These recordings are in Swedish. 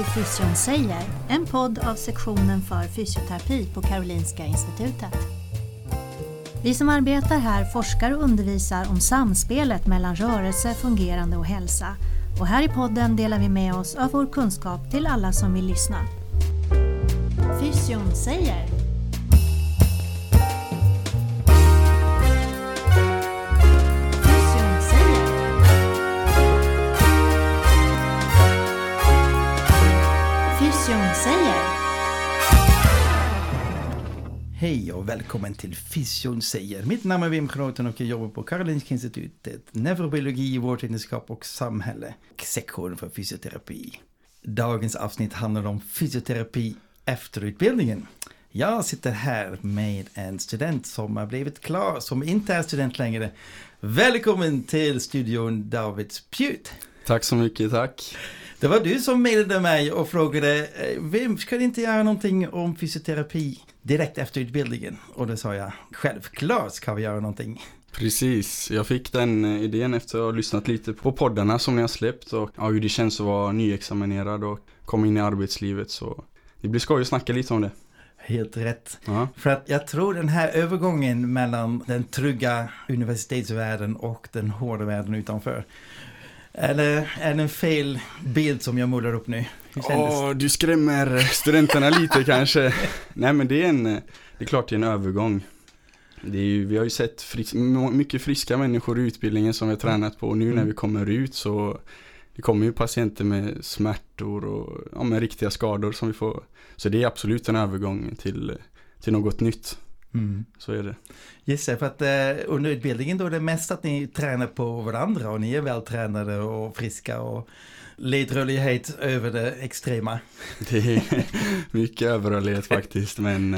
till Fysion säger, en podd av sektionen för fysioterapi på Karolinska institutet. Vi som arbetar här forskar och undervisar om samspelet mellan rörelse, fungerande och hälsa. Och här i podden delar vi med oss av vår kunskap till alla som vill lyssna. Fysion säger. Fysion säger. Fysion säger. Hej och välkommen till Fysion säger. Mitt namn är Wim Groten och jag jobbar på Karolinska institutet, neurobiologi, vårdvetenskap och samhälle, sektion för fysioterapi. Dagens avsnitt handlar om fysioterapi efter utbildningen. Jag sitter här med en student som har blivit klar, som inte är student längre. Välkommen till studion, David Spjut. Tack så mycket, tack. Det var du som mejlade mig och frågade, vem ska inte göra någonting om fysioterapi direkt efter utbildningen? Och då sa jag, självklart ska vi göra någonting. Precis, jag fick den idén efter att ha lyssnat lite på poddarna som ni har släppt och hur det känns att vara nyexaminerad och komma in i arbetslivet, så det blir skoj att snacka lite om det. Helt rätt. Ja. För att jag tror den här övergången mellan den trygga universitetsvärlden och den hårda världen utanför, eller är det en fel bild som jag målar upp nu? Du skrämmer studenterna lite kanske. Nej, men det är klart det är en övergång. Vi har ju sett mycket friska människor i utbildningen som vi har tränat på. Och nu när vi kommer ut så det kommer ju patienter med smärtor och med riktiga skador som vi får. Så det är absolut en övergång till något nytt. Så är det. Just det, för att under utbildningen då är det mest att ni tränar på varandra och ni är vältränade och friska och ledrörlighet över det extrema. Det är mycket överrörlighet faktiskt, men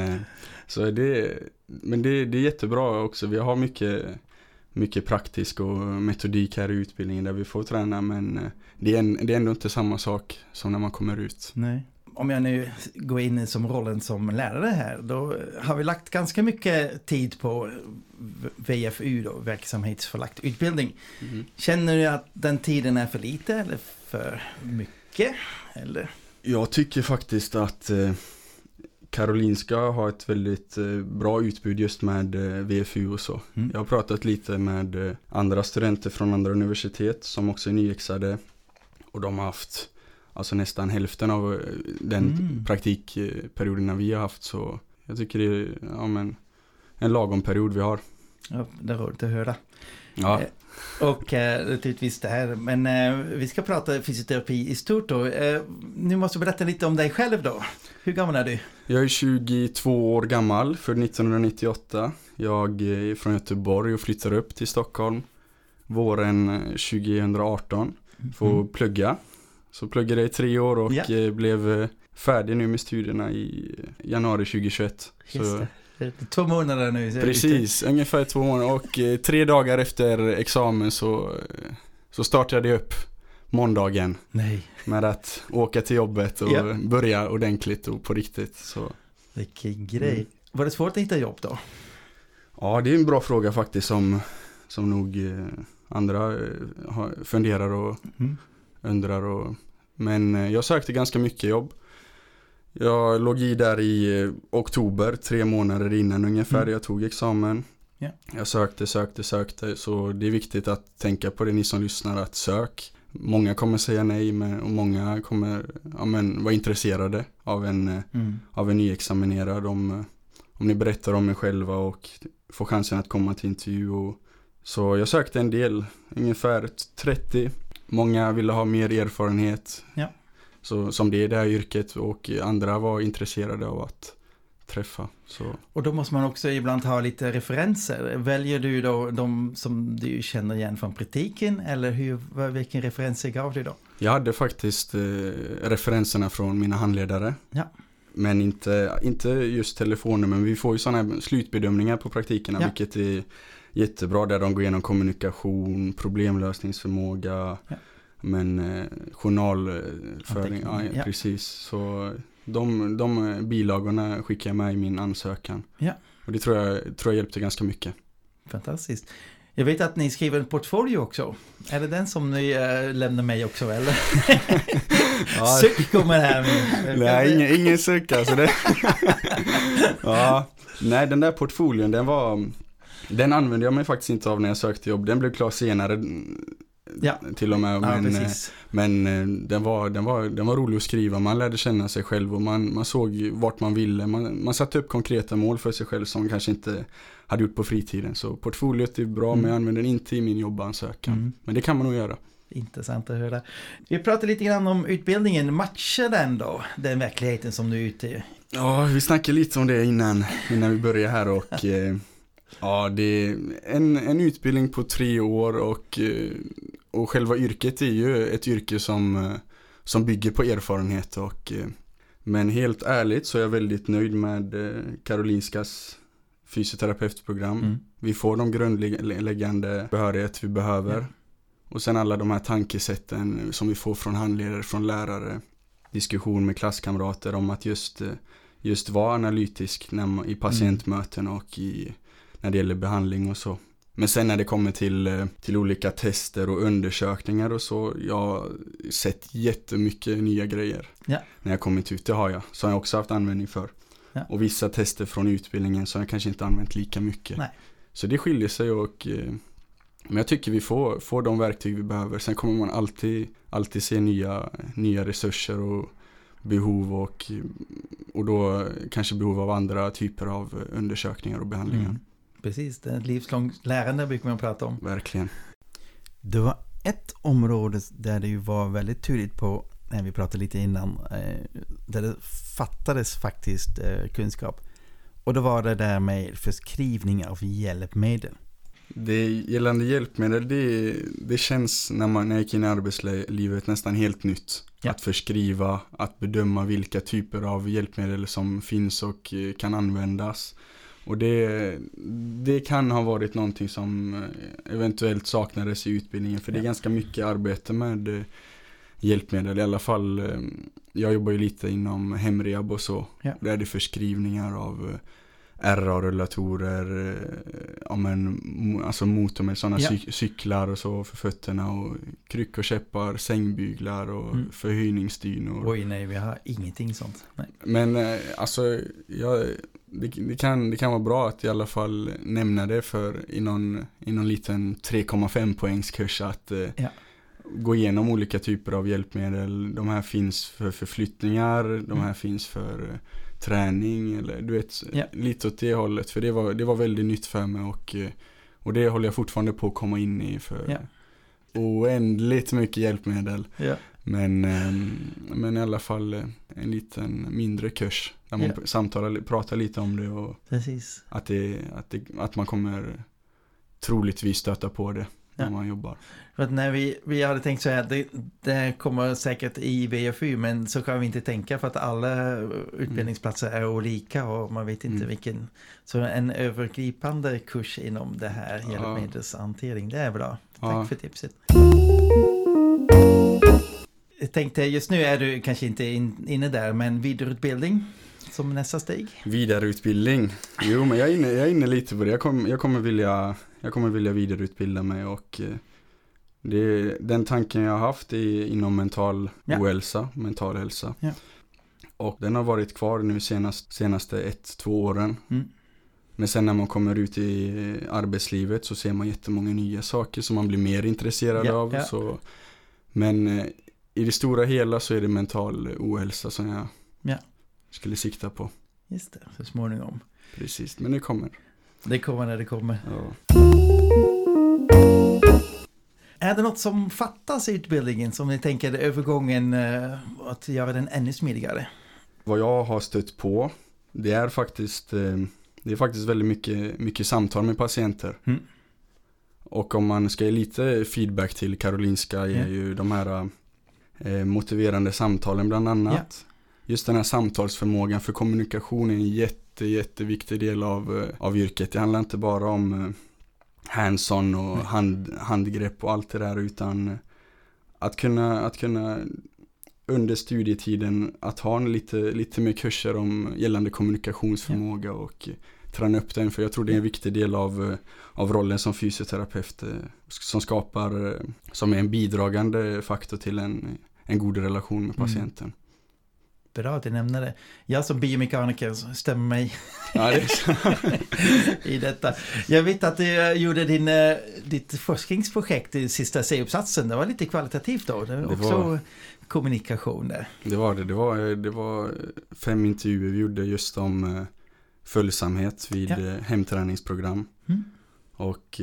det är jättebra också. Vi har mycket praktisk och metodik här i utbildningen där vi får träna, men det är ändå inte samma sak som när man kommer ut. Nej. Om jag nu går in som rollen som lärare här, då har vi lagt ganska mycket tid på VFU då, verksamhetsförlagt utbildning. Känner du att den tiden är för lite eller för mycket? Eller? Jag tycker faktiskt att Karolinska har ett väldigt bra utbud just med VFU och så. Jag har pratat lite med andra studenter från andra universitet som också är nyexade, och de har haft alltså nästan hälften av den praktikperioden vi har haft, så jag tycker det är en lagom period vi har. Ja, det är roligt att höra. Ja. Och naturligtvis det här, men vi ska prata fysioterapi i stort då. Nu måste du berätta lite om dig själv då. Hur gammal är du? Jag är 22 år gammal, född 1998. Jag är från Göteborg och flyttar upp till Stockholm våren 2018 för att plugga. Så pluggade jag i 3 år och blev färdig nu med studierna i januari 2021. Just det. 2 månader nu. Precis, ungefär 2 månader. Och 3 dagar efter examen så startade jag upp måndagen. Nej. Med att åka till jobbet och börja ordentligt och på riktigt. Så. Vilken grej. Var det svårt att hitta jobb då? Ja, det är en bra fråga faktiskt som nog andra funderar och undrar. Men jag sökte ganska mycket jobb. Jag låg i där i oktober, 3 månader innan ungefär jag tog examen. Jag sökte, så det är viktigt att tänka på det, ni som lyssnar, att sök. Många kommer säga nej, och många kommer vara intresserade av en nyexaminerad om ni berättar om er själva och får chansen att komma till intervju. Så jag sökte en del, ungefär 30. Många ville ha mer erfarenhet, så, som det är det här yrket, och andra var intresserade av att träffa. Så. Och då måste man också ibland ha lite referenser. Väljer du då de som du känner igen från praktiken, eller vilken referenser gav du då? Jag hade faktiskt referenserna från mina handledare. Ja. Men inte just telefoner, men vi får ju sådana här slutbedömningar på praktikerna, vilket är jättebra, där de går igenom kommunikation, problemlösningsförmåga, journalföring, precis. Så de bilagorna skickar jag med i min ansökan. Ja. Och det tror jag hjälpte ganska mycket. Fantastiskt. Jag vet att ni skriver en portfolio också. Är det den som ni lämnar mig också, eller? Ja. Suck kommer här. Nej, ingen suck alltså det. Ja, nej, den där portfolien, den använde jag mig faktiskt inte av när jag sökte jobb. Den blev klar senare till och med. Men den var rolig att skriva. Man lärde känna sig själv och man såg vart man ville. Man satte upp konkreta mål för sig själv som man kanske inte hade gjort på fritiden. Så portfoliot är bra, men jag använder den inte i min jobbansökan. Men det kan man nog göra. Intressant att höra. Vi pratar lite grann om utbildningen. Matchar den då? Den verkligheten som du är ute i? Ja, vi snackade lite om det innan vi började här och ja, det är en utbildning på 3 år och själva yrket är ju ett yrke som bygger på erfarenhet men helt ärligt så är jag väldigt nöjd med Karolinskas fysioterapeutprogram. Vi får de grundläggande behörighet vi behöver och sen alla de här tankesätten som vi får från handledare, från lärare, diskussion med klasskamrater om att just vara analytisk i patientmöten och när det gäller behandling och så. Men sen när det kommer till olika tester och undersökningar och så, jag har sett jättemycket nya grejer när jag kommit ut. Det har jag, som jag också haft användning för. Ja. Och vissa tester från utbildningen som jag kanske inte använt lika mycket. Nej. Så det skiljer sig men jag tycker vi får de verktyg vi behöver. Sen kommer man alltid se nya resurser och behov och då kanske behov av andra typer av undersökningar och behandlingar. Precis, det är ett livslångt lärande brukar man prata om. Verkligen. Det var ett område där det ju var väldigt tydligt på, när vi pratade lite innan, där det fattades faktiskt kunskap. Och då var det där med förskrivning av hjälpmedel. Det gällande hjälpmedel, det känns när jag gick in i arbetslivet nästan helt nytt. Ja. Att förskriva, att bedöma vilka typer av hjälpmedel som finns och kan användas. Och det kan ha varit någonting som eventuellt saknades i utbildningen. För det är ganska mycket arbete med hjälpmedel. I alla fall, jag jobbar ju lite inom hemrehab och så. Ja. Där är det förskrivningar av RA-rullatorer, alltså motor med sådana cyklar och så för fötterna och kryckor, käppar, sängbyglar och förhöjningsdynor. Oj nej, vi har ingenting sånt. Nej. Men alltså, det kan vara bra att i alla fall nämna det i någon liten 3,5 poängskurs att gå igenom olika typer av hjälpmedel. De här finns för förflyttningar, de här finns för träning eller du vet lite åt det hållet, för det var väldigt nytt för mig och det håller jag fortfarande på att komma in i för oändligt mycket hjälpmedel. Ja. Men i alla fall en liten mindre kurs där man pratar lite om det och precis. Att man kommer troligtvis stöta på det när man jobbar. För att när vi hade tänkt så här, det kommer säkert i VFU, men så kan vi inte tänka för att alla utbildningsplatser är olika och man vet inte vilken. Så en övergripande kurs inom det här hjälpmedelshantering, det är bra. Tack för tipset. Jag tänkte, just nu är du kanske inte inne där, men vidareutbildning som nästa steg? Vidareutbildning? Jo, men jag är inne lite på det. Jag kommer vilja vidareutbilda mig och det är den tanken jag har haft inom mental hälsa. Ja. Och den har varit kvar nu senaste 1-2 åren. Men sen när man kommer ut i arbetslivet så ser man jättemånga nya saker som man blir mer intresserad av. Ja. Så, men i det stora hela så är det mental ohälsa som jag skulle sikta på. Just det, så småningom. Precis, men det kommer. Det kommer när det kommer. Ja. Är det något som fattas i utbildningen som ni tänker är övergången att göra den ännu smidigare? Vad jag har stött på, det är faktiskt väldigt mycket samtal med patienter. Och om man ska ge lite feedback till Karolinska är ju de här motiverande samtalen bland annat. Just den här samtalsförmågan för kommunikation är en jätteviktig del av yrket. Det handlar inte bara om hands-on och handgrepp och allt det där, utan att kunna under studietiden att ha lite mer kurser om gällande kommunikationsförmåga och träna upp den, för jag tror det är en viktig del av rollen som fysioterapeut som är en bidragande faktor till en god relation med patienten. Bra att du nämner det. Jag som biomekaniker stämmer mig Ja, det är så. i detta. Jag vet att du gjorde ditt forskningsprojekt i sista C-uppsatsen. Det var lite kvalitativt då. Det var också kommunikation där. Det var det. Det var 5 intervjuer vi gjorde just om följsamhet vid hemträningsprogram. Och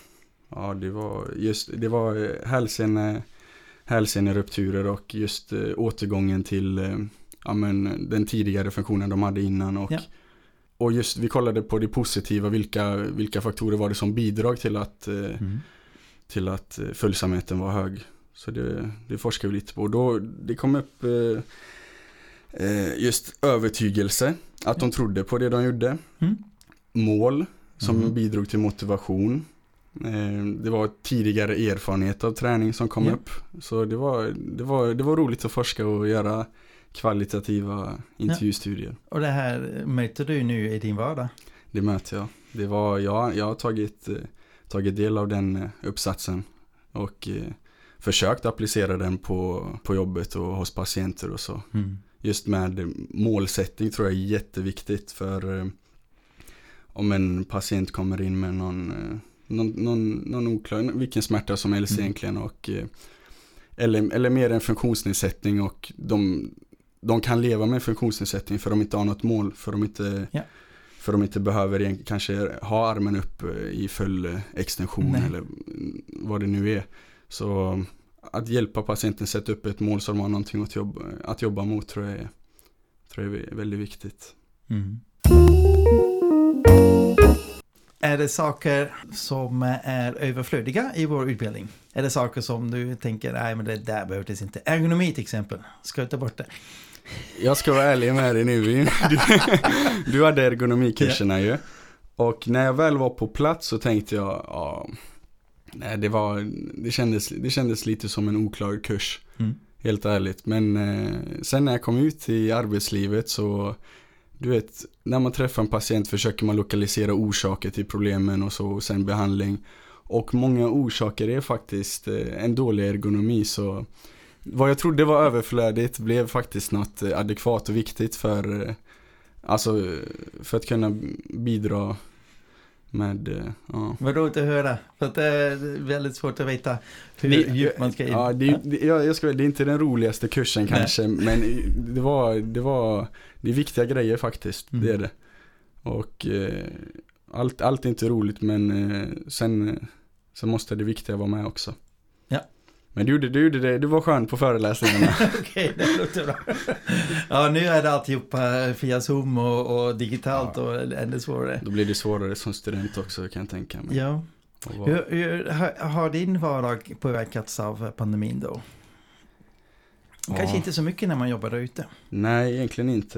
det var hälsenerupturer och just återgången till den tidigare funktionen de hade innan. Och just vi kollade på det positiva, vilka faktorer var det som bidrog till att följsamheten var hög. Så det forskar vi lite på. Då det kom upp just övertygelse, att de trodde på det de gjorde. Mål som bidrog till motivation. Det var tidigare erfarenhet av träning som kom upp. Så det var roligt att forska och göra kvalitativa intervjustudier. Och det här möter du nu i din vardag? Det möter jag. Jag har tagit del av den uppsatsen och försökt applicera den på jobbet och hos patienter och så. Just med målsättning tror jag är jätteviktigt, för om en patient kommer in med någon oklar, vilken smärta som helst egentligen, och eller mer en funktionsnedsättning, och de kan leva med funktionsnedsättning för de inte har något mål, för de inte behöver kanske ha armen upp i full extension eller vad det nu är. Så att hjälpa patienten sätta upp ett mål så de har någonting att jobba mot tror jag är väldigt viktigt. Är det saker som är överflödiga i vår utbildning? Är det saker som du tänker, nej men det där behövdes inte. Ergonomi till exempel, ska jag ta bort det? Jag ska vara ärlig med dig nu. Du hade ergonomikurserna ju. Och när jag väl var på plats så tänkte jag, nej, det kändes lite som en oklar kurs. Helt ärligt. Men sen när jag kom ut i arbetslivet så, du vet, när man träffar en patient försöker man lokalisera orsaker till problemen och så, och sen behandling. Och många orsaker är faktiskt en dålig ergonomi, så vad jag trodde var överflödigt blev faktiskt något adekvat och viktigt för att kunna bidra med Vad roligt att höra, för att det är väldigt svårt att veta hur djupt man ska in. Ja, det är inte den roligaste kursen kanske, men det är viktiga grejer faktiskt, det är det. Och allt är inte roligt, men sen måste det viktiga vara med också. Ja. Men du gjorde det, du var skön på föreläsningarna. Okej, det låter bra. Ja, nu är det alltihop via Zoom och digitalt och ännu svårare. Då blir det svårare som student också, kan jag tänka mig. Ja. Hur har din vardag påverkats av pandemin då? Kanske inte så mycket när man jobbar där ute. Nej, egentligen inte.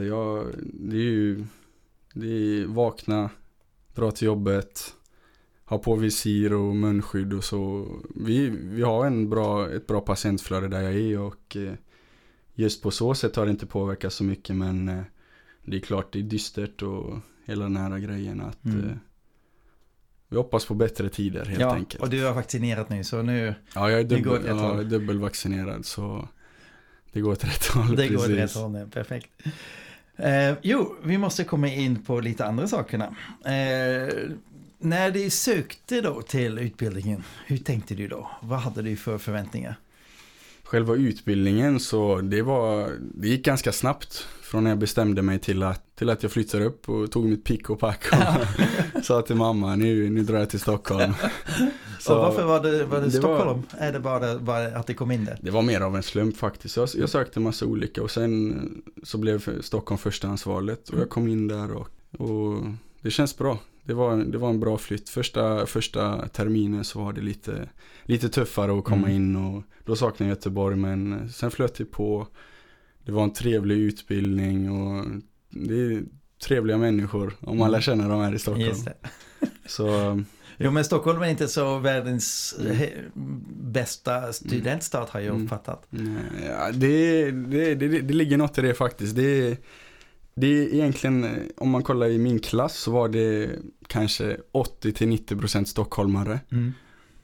Det är vakna, dra till jobbet, ha på visir och munskydd och så. Vi har ett bra patientflöde där jag är, och just på så sätt har det inte påverkat så mycket, men det är klart det är dystert och hela den här grejen att vi hoppas på bättre tider helt enkelt. Och du har vaccinerat nu, så nu jag är dubbelvaccinerad, så det går åt rätt håll. Det går åt rätt håll, perfekt. Vi måste komma in på lite andra sakerna. När du sökte då till utbildningen, hur tänkte du då? Vad hade du för förväntningar? Själva utbildningen, så det gick ganska snabbt från när jag bestämde mig till att jag flyttade upp och tog mitt pick och pack och sa till mamma, nu drar jag till Stockholm. Så, och varför var det Stockholm? Är det bara att det kom in där? Det var mer av en slump faktiskt. Jag sökte en massa olika, och sen så blev Stockholm förstahandsvalet och jag kom in där och det känns bra. Det var en bra flytt. Första terminen så var det lite tuffare att komma in, och då saknade jag Göteborg, men sen flöt det på. Det var en trevlig utbildning och det är trevliga människor om man lär känna dem här i Stockholm. Just det. Så jo, men Stockholm är inte så världens bästa studentstad, har jag uppfattat. Ja, det ligger något i det faktiskt. Det är egentligen, om man kollar i min klass så var det kanske 80-90% stockholmare.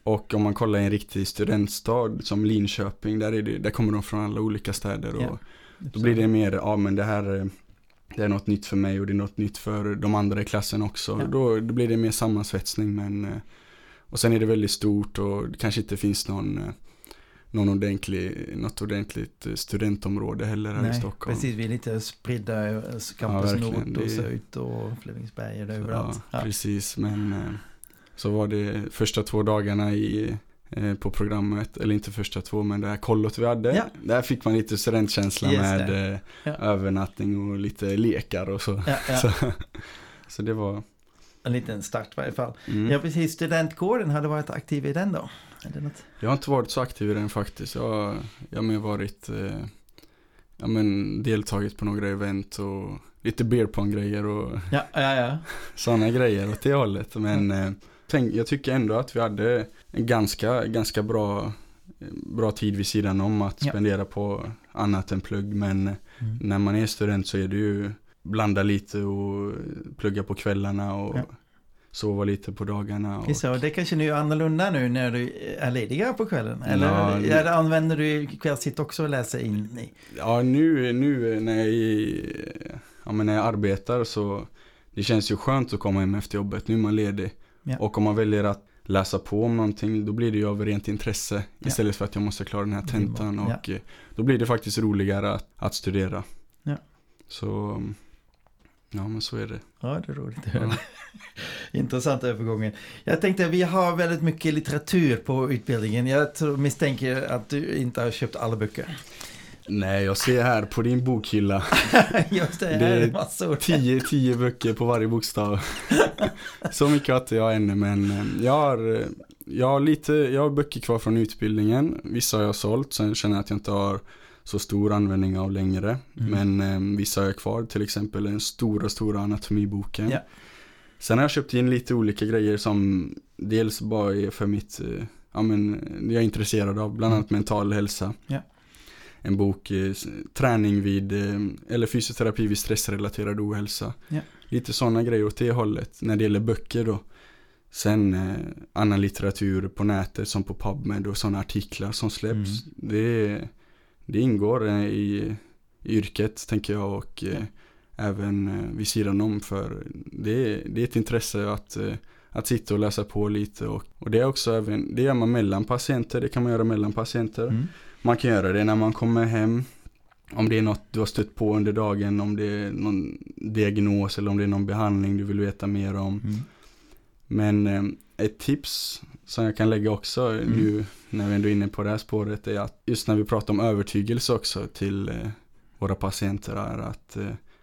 Och om man kollar i en riktig studentstad som Linköping, där kommer de från alla olika städer. Och då blir det mer, men det här det är något nytt för mig och det är något nytt för de andra i klassen också. Ja. Då blir det mer sammansvetsning. Och sen är det väldigt stort och det kanske inte finns något ordentligt studentområde heller här i Stockholm. Precis, vi är lite spridda, Campus Nord och Söt och Flemingsberg och överallt. Ja, precis, men så var det första 2 dagarna på programmet, eller inte första 2, men det här kollot vi hade. Ja. Där fick man lite studentkänsla med övernattning och lite lekar och så. Ja. Så det var en liten start i varje fall. Ja, precis. Studentkåren, hade varit aktiv i den då? Är det något? Jag har inte varit så aktiv i den faktiskt. Jag har varit deltagit på några event och lite beerpong-grejer och sådana grejer åt det hållet. Men jag tycker ändå att vi hade en ganska bra tid vid sidan om att spendera på annat än plugg. Men när man är student så är det ju blanda lite och plugga på kvällarna och sova lite på dagarna. Så det kanske nu är annorlunda nu när du är lediga på kvällen? Eller använder du kvällsitt också och läser in i? Ja, nu när jag arbetar så det känns ju skönt att komma hem efter jobbet. Nu är man ledig. Ja. Och om man väljer att läsa på om någonting, då blir det ju av rent intresse istället för att jag måste klara den här tentan. Och då blir det faktiskt roligare att studera. Ja. Så ja, men så är det. Ja, det är roligt att höra. Intressant övergången. Jag tänkte att vi har väldigt mycket litteratur på utbildningen. Jag misstänker att du inte har köpt alla böcker. Nej, jag ser här på din bokhylla. Just det är massor. 10 böcker på varje bokstav. Så mycket har inte jag ännu, men jag har böcker kvar från utbildningen. Vissa har jag sålt, sen känner jag att jag inte har så stor användning av längre. Men vissa har jag kvar, till exempel den stora anatomiboken. Yeah. Sen har jag köpt in lite olika grejer som dels bara är för mitt, jag är intresserad av, bland annat mental hälsa. Yeah. En bok, träning eller fysioterapi vid stressrelaterad ohälsa. Yeah. Lite sådana grejer åt det hållet när det gäller böcker då. Sen annan litteratur på nätet som på PubMed och sådana artiklar som släpps. Det ingår i yrket, tänker jag, och även vid sidan om, för det är ett intresse att sitta och läsa på lite, och det är också det gör man mellan patienter, det kan man göra mellan patienter. Man kan göra det när man kommer hem, om det är något du har stött på under dagen, om det är någon diagnos eller om det är någon behandling du vill veta mer om. Men ett tips som jag kan lägga också nu när vi ändå är inne på det här spåret är att just när vi pratar om övertygelse också till våra patienter är att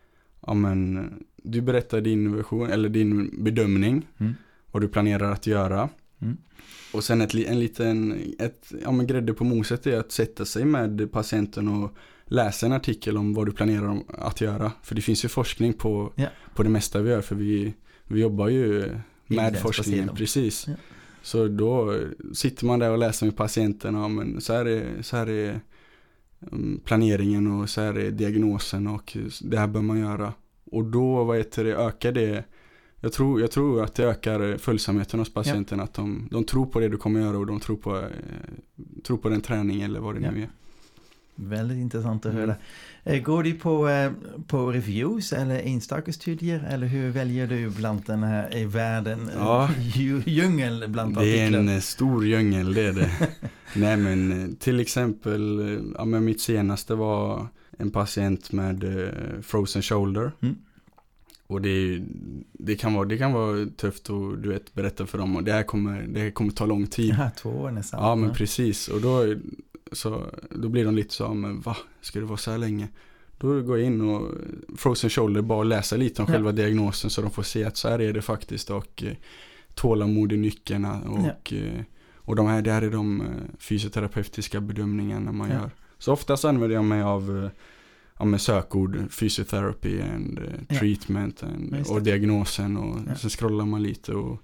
du berättar din version eller din bedömning, vad du planerar att göra. Och sen en grädde på moset är att sätta sig med patienten och läsa en artikel om vad du planerar att göra. För det finns ju forskning på det mesta vi gör, för vi jobbar ju med forskningen, precis. Ja. Så då sitter man där och läser med patienterna, men så här är planeringen och så här är diagnosen och det här bör man göra. Och då ökar det. Jag tror att det ökar följsamheten hos patienten, att de tror på det du kommer göra och de tror på den träning eller vad det nu är. Väldigt intressant att höra. Går du på reviews eller enstaka studier, eller hur väljer du bland den här i världen djungel bland artiklar? Det är en stor djungel, det är det. Nej, men till exempel mitt senaste var en patient med frozen shoulder. Och det kan vara tufft att berätta för dem, och det här kommer ta lång tid. 2 år nästan. Ja, men precis. Och då blir de lite så, men ska det vara så här länge? Då går jag in och frozen shoulder, bara läsa lite om själva diagnosen så de får se att så här är det faktiskt, och tålamod i nyckeln och det här är de fysioterapeutiska bedömningarna man gör. Så oftast använder jag mig av sökord, physiotherapy and treatment och diagnosen, och så scrollar man lite och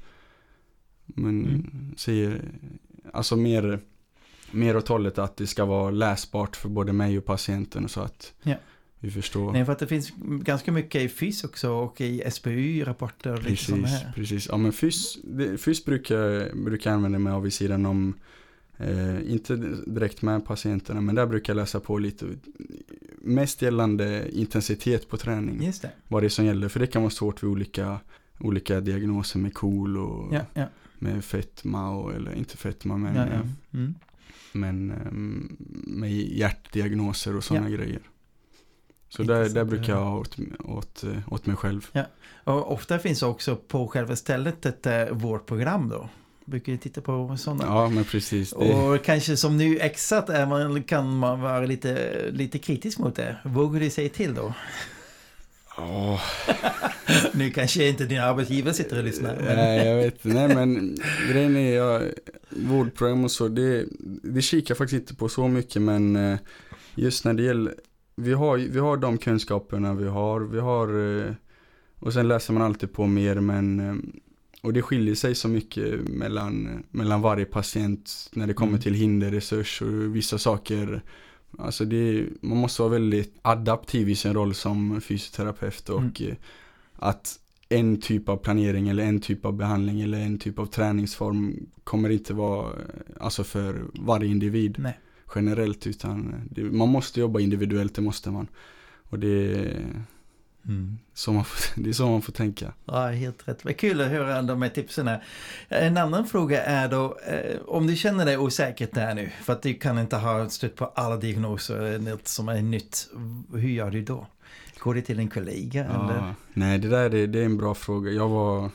ser alltså mer åt hållet att det ska vara läsbart för både mig och patienten, så att vi förstår. Nej, för att det finns ganska mycket i FYS också och i SBU-rapporter och lite sådana här. Precis. Ja, men FYS brukar jag använda mig av vid sidan om, inte direkt med patienterna, men där brukar jag läsa på lite mest gällande intensitet på träning. Just det. Vad det är som gäller, för det kan vara svårt vid olika diagnoser med KOL och med fetma eller inte fetma, men med hjärtdiagnoser och sådana grejer. Så där brukar jag ha åt mig själv. Ja. Och ofta finns också på själva stället ett vårdprogram då. Brukar ju titta på sådana. Ja, men precis. Och kanske som nu exakt kan man vara lite kritisk mot det. Vågar du säga till då? Ja. Nu kanske inte din arbetsgivare sitter och lyssnar. Men... Nej, jag vet. Nej, men grejen är vårdprogram och så, det kikar faktiskt inte på så mycket, men just när det gäller, vi har de kunskaperna vi har och sen läser man alltid på mer, men och det skiljer sig så mycket mellan varje patient när det kommer till hinderresurs och vissa saker. Alltså man måste vara väldigt adaptiv i sin roll som fysioterapeut och att en typ av planering eller en typ av behandling eller en typ av träningsform kommer inte vara alltså för varje individ. Nej. Generellt, utan man måste jobba individuellt, det måste man. Och det är så man får tänka. Ja, helt rätt. Vad kul att höra de här tipsen här. En annan fråga är då, om du känner dig osäkert där nu, för att du kan inte ha stött på alla diagnoser, något som är nytt, hur gör du då? Går det till en kollega? Ja, eller? Nej, det är en bra fråga. Jag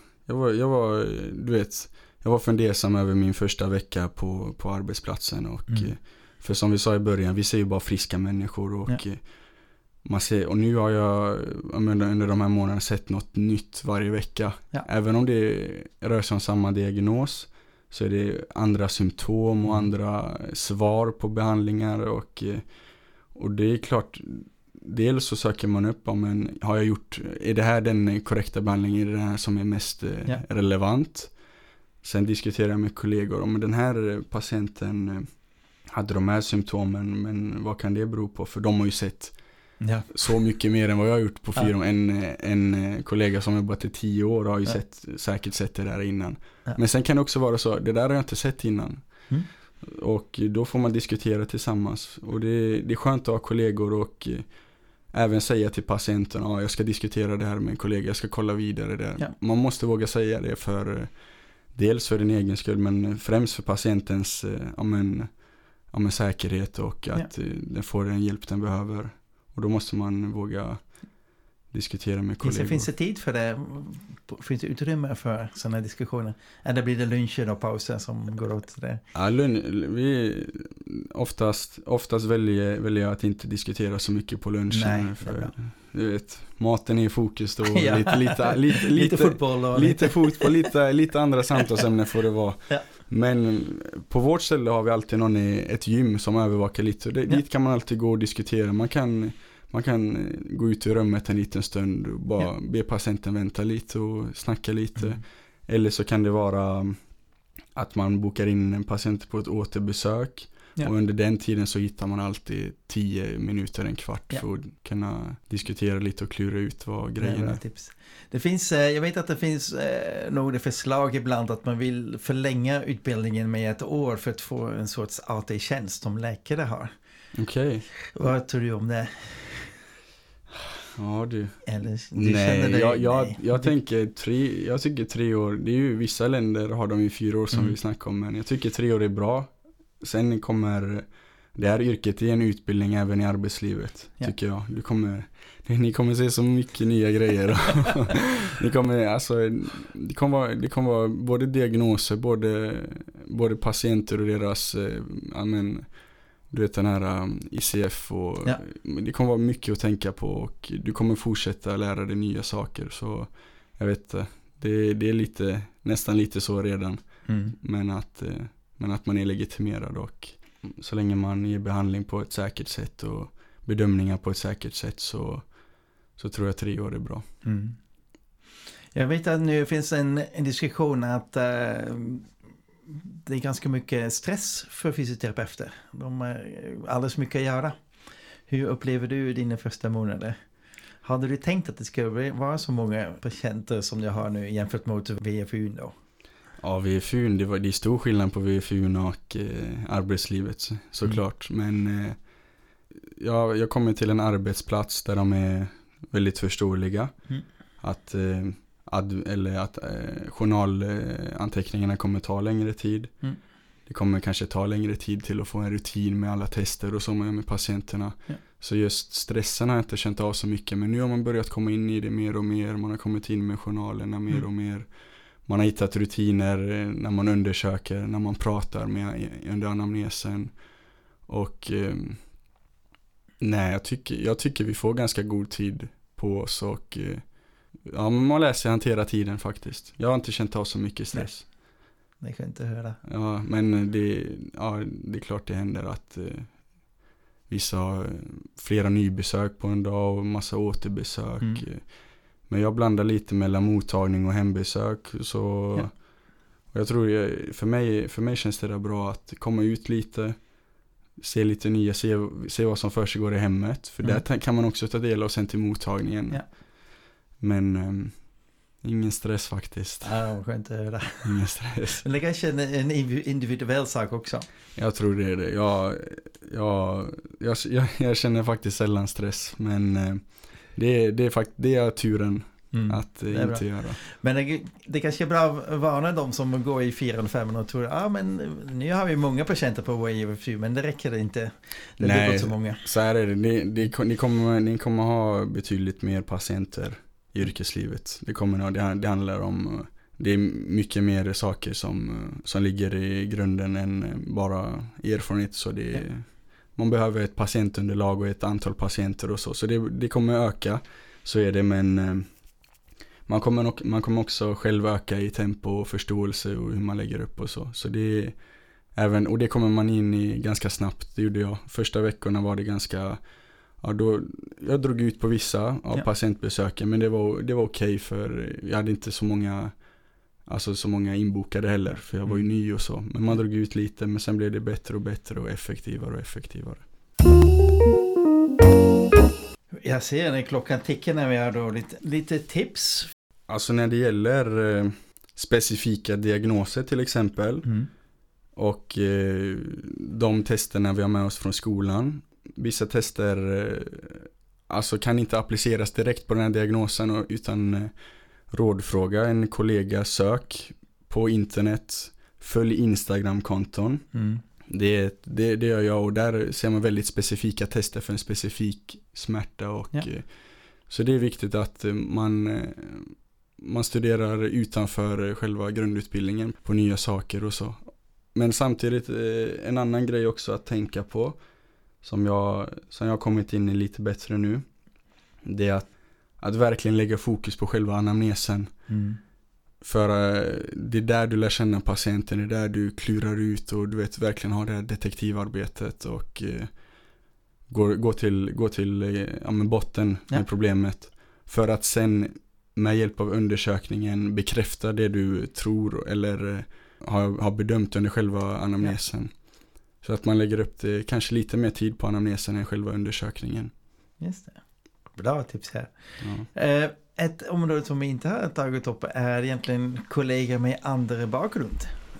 var fundersam över min första vecka på arbetsplatsen och för som vi sa i början, vi ser ju bara friska människor och man ser, och nu har jag under de här månaderna sett något nytt varje vecka. Ja. Även om det rör sig om samma diagnos så är det andra symptom och andra svar på behandlingar och det är klart, dels så söker man upp men är det här den korrekta behandlingen, är det här som är mest relevant? Sen diskuterar jag med kollegor om den här patienten hade de här symptomen, men vad kan det bero på? För de har ju sett så mycket mer än vad jag har gjort på 4 år. En kollega som har jobbat i 10 år har ju säkert sett det där innan. Ja. Men sen kan det också vara så, det där har jag inte sett innan. Och då får man diskutera tillsammans. Och det är skönt att ha kollegor och även säga till patienten, jag ska diskutera det här med en kollega, jag ska kolla vidare där. Ja. Man måste våga säga det dels för din egen skull, men främst för patientens säkerhet och att den får den hjälp den behöver. Och då måste man våga diskutera med kollegor. Finns det tid för det? Finns det utrymme för sådana diskussioner? Eller blir det luncher och pauser som går åt det? Ja, vi oftast väljer jag att inte diskutera så mycket på lunchen. Nej, för du vet, maten är i fokus då. Lite fotboll och lite andra samtalsämnen får det vara. Ja. Men på vårt ställe har vi alltid någon i ett gym som övervakar lite. Och dit kan man alltid gå och diskutera. Man kan gå ut i rummet en liten stund och bara be patienten vänta lite och snacka lite. Eller så kan det vara att man bokar in en patient på ett återbesök. Och under den tiden så hittar man alltid 10 minuter, en kvart för att kunna diskutera lite och klura ut vad grejen är. Tips. Det finns, jag vet att det finns några förslag ibland att man vill förlänga utbildningen med 1 år för att få en sorts AT-tjänst som läkare har. Okej. Vad tror du om det? Ja, du. Eller, jag tycker 3 år, det är ju vissa länder har de ju 4 år som vi snackar om, men jag tycker 3 år är bra. Sen kommer det här yrket i en utbildning även i arbetslivet, tycker jag. Ni kommer se så mycket nya grejer. Det kommer vara både diagnoser, både patienter och deras du vet den här ICF och det kommer vara mycket att tänka på och du kommer fortsätta lära dig nya saker, så jag vet det är nästan lite så redan. Men att man är legitimerad och så länge man ger behandling på ett säkert sätt och bedömningar på ett säkert sätt så tror jag 3 år är bra. Jag vet att nu finns en diskussion att det är ganska mycket stress för fysioterapeuter. De har alldeles mycket att göra. Hur upplever du dina första månader? Hade du tänkt att det skulle vara så många patienter som jag har nu jämfört mot VFU då? Ja, VFU, det är stor skillnad på VFU och arbetslivet såklart. Men jag kommer till en arbetsplats där de är väldigt förståeliga. Att journalanteckningarna kommer ta längre tid. Det kommer kanske ta längre tid till att få en rutin med alla tester och så med patienterna. Ja. Så just stressen har jag inte känt av så mycket. Men nu har man börjat komma in i det mer och mer. Man har kommit in med journalerna mer och mer. Man har hittat rutiner när man undersöker, när man pratar med under anamnesen. Och jag tycker vi får ganska god tid på oss. Och man lär sig hantera tiden faktiskt. Jag har inte känt av så mycket stress. Det kan jag inte höra. Ja, men det är klart det händer att vissa har flera nybesök på en dag och massa återbesök. Men jag blandar lite mellan mottagning och hembesök. Så, och jag tror för mig känns det där bra att komma ut lite, se lite nya, se vad som försiggår i hemmet. För där kan man också ta del av sen till mottagningen. Ja. Men ingen stress faktiskt. Ja, skönt att höra. Ingen stress. Men det kanske är en individuell sak också. Jag tror det är det. Jag känner faktiskt sällan stress. Men det är turen att inte göra. Men det kanske är bra att varna de som går i 4 eller 5 och tror men nu har vi många patienter på VFU, men det räcker inte. Det blir inte så många. Så här är det. Ni kommer ha betydligt mer patienter i yrkeslivet. Det handlar om, det är mycket mer saker som ligger i grunden än bara erfarenhet. Så man behöver ett patientunderlag och ett antal patienter och så det kommer öka, så är det, men man kommer också själv öka i tempo och förståelse och hur man lägger upp och så det även, och det kommer man in i ganska snabbt. Det gjorde jag. Första veckorna var det ganska jag drog ut på vissa av patientbesöken, men det var okej, för jag hade inte så många inbokade heller, för jag var ju ny och så. Men man drog ut lite, men sen blev det bättre och bättre och effektivare. Jag ser när klockan tickar när vi har då lite tips. Alltså när det gäller specifika diagnoser till exempel och de testerna vi har med oss från skolan. Vissa tester kan inte appliceras direkt på den här diagnosen, utan rådfråga en kollega, sök på internet, följ Instagram-konton. Det gör jag, och där ser man väldigt specifika tester för en specifik smärta. Och, så det är viktigt att man studerar utanför själva grundutbildningen på nya saker och så. Men samtidigt en annan grej också att tänka på, som jag har kommit in i lite bättre nu, det är att verkligen lägga fokus på själva anamnesen. För det är där du lär känna patienten, det är där du klurar ut och du vet verkligen har det här detektivarbetet och gå till botten med problemet, för att sen med hjälp av undersökningen bekräfta det du tror eller har bedömt under själva anamnesen. Så att man lägger upp det kanske lite mer tid på anamnesen än själva undersökningen. Just det. Bra tips här. Ja. Ett område som vi inte har tagit upp är egentligen kollegor med andra bakgrund.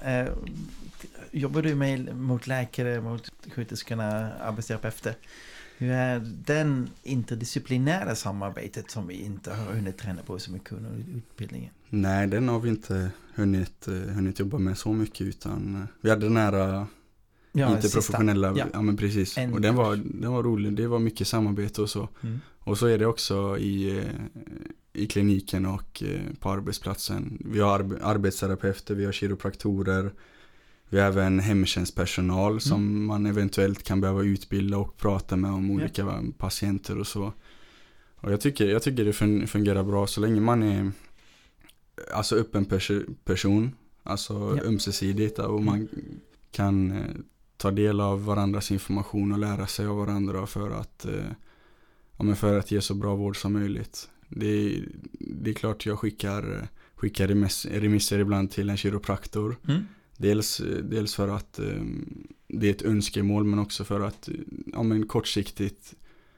Jobbar du mot läkare, mot sjuksköterskorna, arbetsterapeuter? Hur är den interdisciplinära samarbetet som vi inte har hunnit träna på så mycket under utbildningen? Nej, den har vi inte hunnit jobba med så mycket, utan vi hade den här interprofessionella, men precis. Och den var rolig, det var mycket samarbete och så. Och så är det också i kliniken och på arbetsplatsen. Vi har arbetsterapeuter, vi har kiropraktorer, vi har även hemtjänstpersonal som man eventuellt kan behöva utbilda och prata med om olika patienter och så. Och jag tycker det fungerar bra så länge man är öppen person, ömsesidigt, och man kan ta del av varandras information och lära sig av varandra för att ge så bra vård som möjligt. Det är klart jag skickar remisser ibland till en kiropraktor. Dels för att det är ett önskemål, men också för att kortsiktigt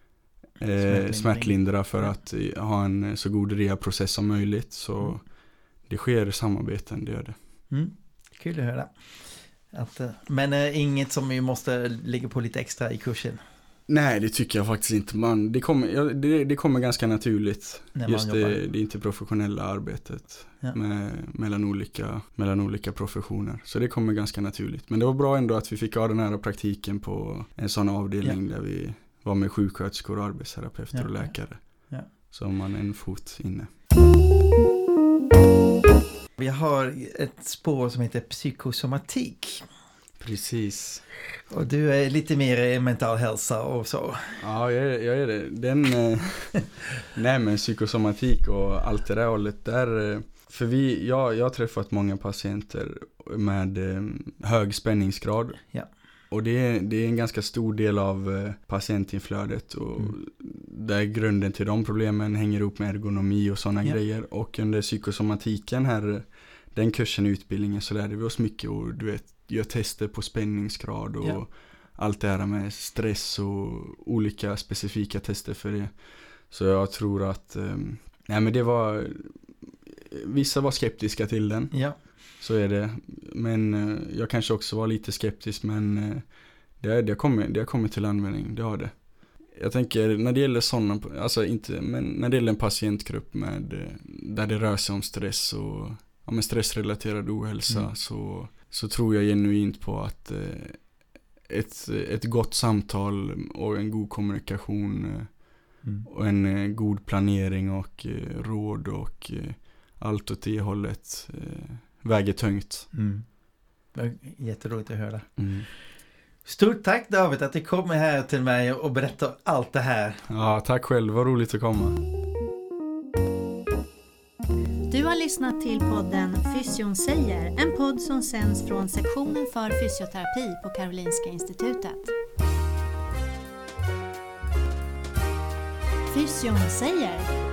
smärtlindra för att ha en så god rehabprocess som möjligt. Så det sker samarbeten, det gör det. Kul att höra. Men inget som vi måste lägga på lite extra i kursen? Nej, det tycker jag faktiskt inte. Det kommer ganska naturligt. Just det interprofessionella arbetet mellan olika professioner. Så det kommer ganska naturligt. Men det var bra ändå att vi fick ha den här praktiken på en sån avdelning där vi var med sjuksköterskor och arbetsterapeuter och läkare. Ja. Så har man en fot inne. Vi har ett spår som heter psykosomatik. Precis. Och du är lite mer mental hälsa och så. Ja, jag är det. Nej, men psykosomatik och allt det där hållet där. För jag har träffat många patienter med hög spänningsgrad. Ja. Och det är en ganska stor del av patientinflödet. Och där grunden till de problemen hänger ihop med ergonomi och sådana grejer. Och under psykosomatiken här, den kursen i utbildningen, så lärde vi oss mycket. Och du vet, gör tester på spänningsgrad och allt det här med stress och olika specifika tester för det. Så jag tror att men det var, vissa var skeptiska till den. Ja. Så är det. Men jag kanske också var lite skeptisk, men det har kommit till användning, det har det. Jag tänker när det gäller sådana, alltså inte, men när det gäller en patientgrupp där det rör sig om stress och med stressrelaterad ohälsa, så tror jag genuint på att ett gott samtal och en god kommunikation och en god planering och råd och allt åt det hållet väger tungt. Jätteroligt att höra. Stort tack David att du kommer här till mig och berättar allt det här. Ja, tack själv, vad roligt att komma. Du har lyssnat till podden Fysion säger, en podd som sänds från sektionen för fysioterapi på Karolinska institutet. Fysion säger.